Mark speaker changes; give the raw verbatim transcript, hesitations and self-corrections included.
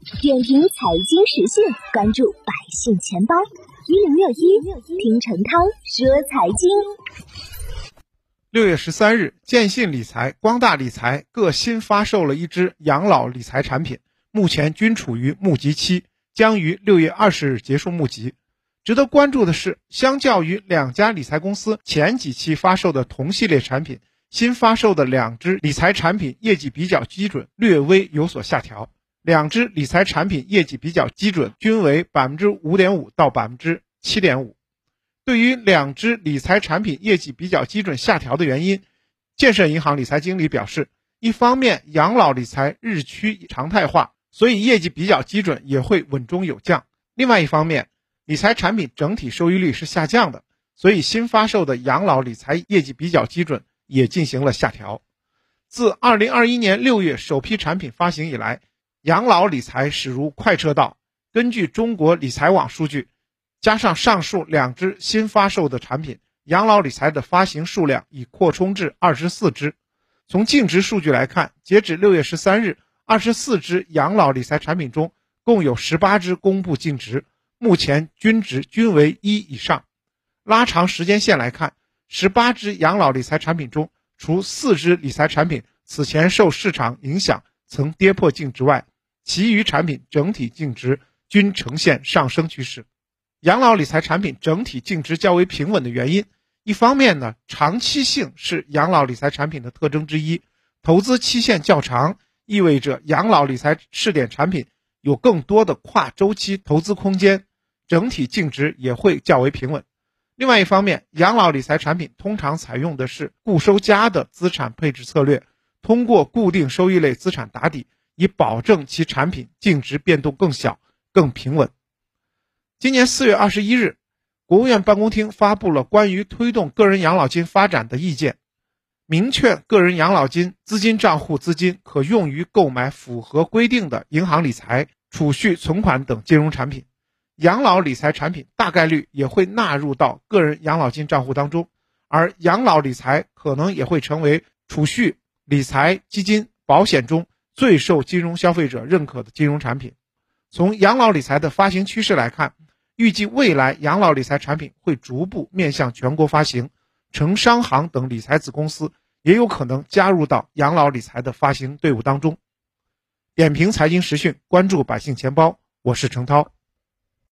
Speaker 1: 点评财经时讯，关注百姓钱包一零六一，听陈涛说财经。
Speaker 2: 六月十三日，建信理财、光大理财各新发售了一支养老理财产品，目前均处于募集期，将于六月二十日结束募集。值得关注的是，相较于两家理财公司前几期发售的同系列产品，新发售的两支理财产品业绩比较基准略微有所下调。两支理财产品业绩比较基准均为 百分之五点五 到 百分之七点五。 对于两支理财产品业绩比较基准下调的原因，建设银行理财经理表示，一方面养老理财日趋常态化，所以业绩比较基准也会稳中有降；另外一方面，理财产品整体收益率是下降的，所以新发售的养老理财业绩比较基准也进行了下调。自二零二一年六月首批产品发行以来，养老理财驶入快车道。根据中国理财网数据，加上上述两支新发售的产品，养老理财的发行数量已扩充至二十四支。从净值数据来看，截止六月十三日，二十四支养老理财产品中共有十八支公布净值，目前均值均为一以上。拉长时间线来看，十八支养老理财产品中，除四支理财产品此前受市场影响曾跌破净值外，其余产品整体净值均呈现上升趋势。养老理财产品整体净值较为平稳的原因，一方面呢，长期性是养老理财产品的特征之一，投资期限较长，意味着养老理财试点产品有更多的跨周期投资空间，整体净值也会较为平稳。另外一方面，养老理财产品通常采用的是固收加的资产配置策略，通过固定收益类资产打底，以保证其产品净值变动更小、更平稳。今年四月二十一日，国务院办公厅发布了关于推动个人养老金发展的意见，明确个人养老金资金账户资金可用于购买符合规定的银行理财、储蓄、存款等金融产品。养老理财产品大概率也会纳入到个人养老金账户当中，而养老理财可能也会成为储蓄、理财、基金、保险中最受金融消费者认可的金融产品。从养老理财的发行趋势来看，预计未来养老理财产品会逐步面向全国发行，城商行等理财子公司也有可能加入到养老理财的发行队伍当中。点评财经时讯，关注百姓钱包，我是程涛。